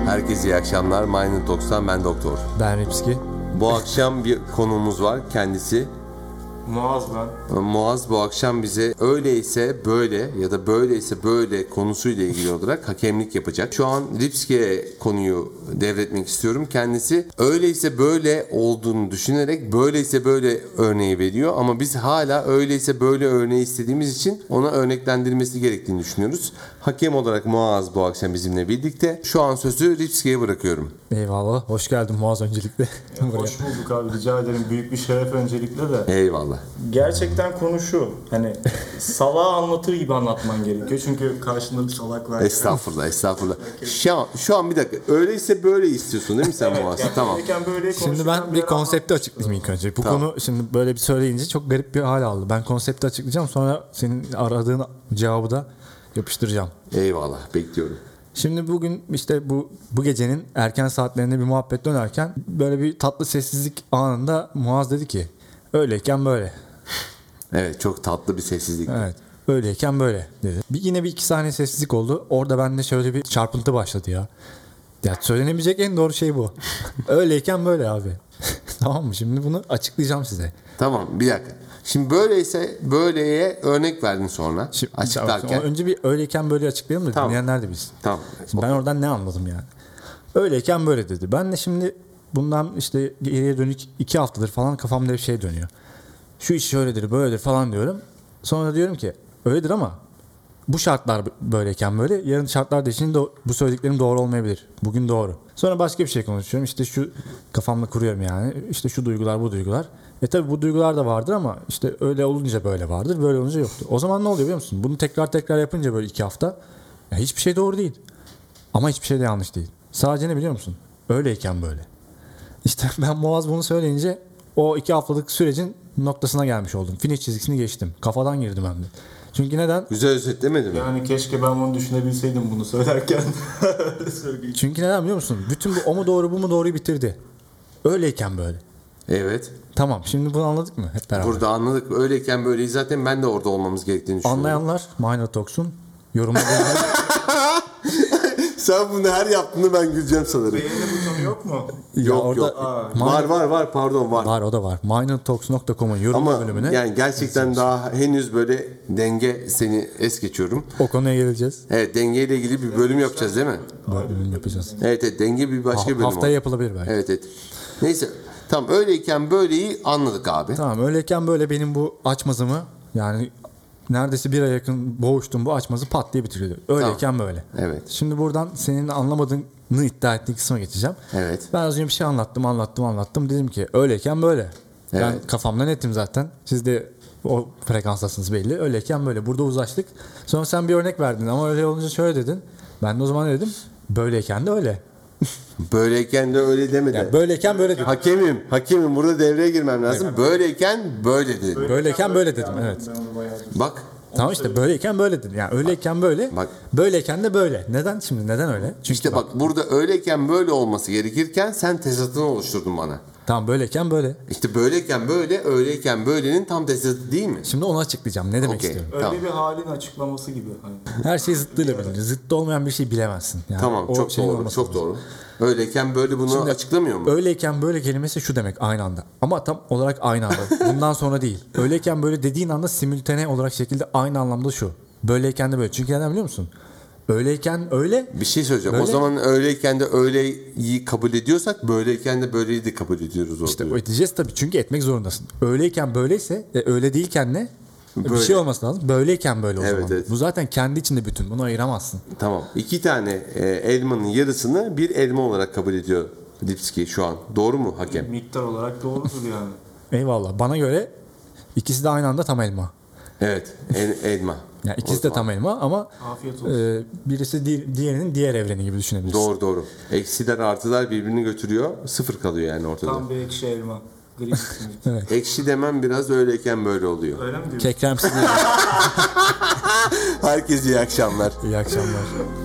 Herkese iyi akşamlar. Minded Talks'tan ben Doktor. Ben Ripski. Bu akşam bir konuğumuz var. Kendisi Muaz ben. Muaz bu akşam bize öyleyse böyle ya da böyleyse böyle konusuyla ilgili olarak hakemlik yapacak. Şu an Ripski'ye konuyu devretmek istiyorum. Kendisi öyleyse böyle olduğunu düşünerek böyleyse böyle örneği veriyor. Ama biz hala öyleyse böyle örneği istediğimiz için ona örneklendirmesi gerektiğini düşünüyoruz. Hakem olarak Muaz bu akşam bizimle birlikte. Şu an sözü Ripski'ye bırakıyorum. Eyvallah. Hoş geldin Muaz öncelikle. Hoş bulduk abi, rica ederim. Büyük bir şeref öncelikle de. Eyvallah. Gerçekten konu şu. Hani salağı anlatır gibi anlatman gerekiyor. Çünkü karşında bir salak var. Estağfurullah. Şu an bir dakika. Öyleyse böyle istiyorsun değil mi sen Evet, Muaz? yani Tamam. Şimdi ben bir konsepti açıklayayım ilk önce. Bu Tamam. konu şimdi böyle bir söyleyince çok garip bir hal aldı. Ben konsepti açıklayacağım, sonra senin aradığın cevabı da yapıştıracağım. Eyvallah. Bekliyorum. Şimdi bugün işte bu gecenin erken saatlerinde bir muhabbet dönerken böyle bir tatlı sessizlik anında Muaz dedi ki öyleyken böyle. Evet, çok tatlı bir sessizlik. Evet. Öyleyken böyle dedi. Yine bir iki saniye sessizlik oldu. Orada bende şöyle bir çarpıntı başladı ya. Ya söylenebilecek en doğru şey bu. Öyleyken böyle abi. Tamam mı? Şimdi bunu açıklayacağım size. Tamam, bir dakika. Şimdi böyleyse böyleye örnek verdin sonra Şimdi, açıklarken. önce bir öyleyken böyle açıklayalım da Tamam. dinleyenler de bilsin. Tamam. Şimdi ben oradan ne anladım yani? Öyleyken böyle dedi. Ben de şimdi bundan işte geriye dönük 2 haftadır falan kafamda bir şey dönüyor. Şu iş şöyledir, böyledir falan diyorum. Sonra diyorum ki öyledir ama bu şartlar böyleyken böyle, yarın şartlar değişince bu söylediklerim doğru olmayabilir. Bugün doğru. Sonra başka bir şey konuşuyorum. İşte şu kafamda kuruyorum yani. İşte şu duygular, bu duygular. Tabii bu duygular da vardır ama işte öyle olunca böyle vardır, böyle olunca yoktur. O zaman ne oluyor biliyor musun? Bunu tekrar yapınca böyle 2 hafta ya hiçbir şey doğru değil. Ama hiçbir şey de yanlış değil. Sadece ne biliyor musun? Öyleyken böyle. İşte ben Muaz bunu söyleyince o 2 haftalık sürecin noktasına gelmiş oldum. Finish çizgisini geçtim. Kafadan girdim hem de. Çünkü neden? Güzel özetlemedin mi? Yani keşke ben bunu düşünebilseydim bunu söylerken. Çünkü neden biliyor musun? Bütün bu o mu doğru bu mu doğruyu bitirdi. Öyleyken böyle. Evet. Tamam, şimdi bunu anladık mı hep beraber? Burada anladık. Öyleyken böyleyi zaten ben de orada olmamız gerektiğini düşünüyorum. Anlayanlar Minor Talks'un yorumu. Sen bunu her yaptığında ben güleceğim sanırım. Beğeni butonu yok mu? Yok. Var pardon var. Var, o da var. minortalks.com'un yorum Ama bölümüne. yani gerçekten daha henüz böyle denge, seni es geçiyorum. O konuya geleceğiz. Evet, dengeyle ilgili bir bölüm yapacağız değil mi? Bölüm yapacağız. Evet denge bir başka bölüm. Haftaya o. yapılabilir belki. Evet. Neyse. Tamam, öyleyken böyleyi anladık abi. Tamam, öyleyken böyle benim bu açmazımı, yani neredeyse bir ay yakın boğuştum, bu açmazı pat diye bitiriyordu. Öyleyken böyle. Evet. Şimdi buradan senin anlamadığını iddia ettiğin kısma geçeceğim. Evet. Ben az önce bir şey anlattım. Dedim ki öyleyken böyle. Ben Evet. kafamda netim zaten. Siz de o frekanstasınız belli. Öyleyken böyle. Burada uzlaştık. Sonra sen bir örnek verdin ama öyle olunca şöyle dedin. Ben de o zaman ne dedim? Böyleyken de öyle. Böyleyken de öyle demedi. Yani böyleyken böyle dedim. Hakemim burada devreye girmem lazım. Böyleyken böyle dedi. Böyleyken böyle dedim, evet. Ben onu bayağı Bak. Tamam işte böyleyken böyle dedim. Yani öyleyken böyle. Bak. Böyleyken de böyle. Neden şimdi? Neden öyle? Çünkü İşte bak, burada öyleyken böyle olması gerekirken sen tezatını oluşturdun bana. Tamam, böyleyken böyle. İşte böyleyken böyle, öyleyken böylenin tam tezatı değil mi? Şimdi onu açıklayacağım. Ne demek Okey. istiyorum? Öyle Tamam. bir halin açıklaması gibi. Hani. Her şey zıttıyla bilinir. Zıttı olmayan bir şey bilemezsin. Yani Tamam, o çok şeyin doğru, olması çok lazım. doğru. Öyleyken böyle bunu Şimdi açıklamıyor mu? Öyleyken böyle kelimesi şu demek aynı anda. Ama tam olarak aynı anda. Bundan sonra değil. Öyleyken böyle dediğin anda simültane olarak şekilde aynı anlamda şu. Böyleyken de böyle. Çünkü neden biliyor musun? Öyleyken öyle. Bir şey söyleyeceğim. Böyle- O zaman öyleyken de öyleyi kabul ediyorsak böyleyken de böyleyi de kabul ediyoruz. İşte o edeceğiz tabii. Çünkü etmek zorundasın. Öyleyken böyleyse öyle değilken ne? Bir Böyle. şey olması lazım. Böyleyken böyle o Evet, zaman. evet. Bu zaten kendi içinde bütün. Bunu ayıramazsın. Tamam. 2 tane elmanın yarısını bir elma olarak kabul ediyor Lipski şu an. Doğru mu hakem? Miktar olarak doğrudur yani. Eyvallah. Bana göre ikisi de aynı anda tam elma. Evet. Elma. Yani ikisi O de zaman. tam elma ama Afiyet olsun. birisi diğerinin diğer evreni gibi düşünebilirsin. Doğru. Eksiler artılar birbirini götürüyor. Sıfır kalıyor yani ortada. Tam bir ekşi elma. Gri simit. Ekşi demem biraz öyleyken böyle oluyor. Öyle mi diyorsun? Kekremsi değil. Herkese iyi akşamlar. İyi akşamlar.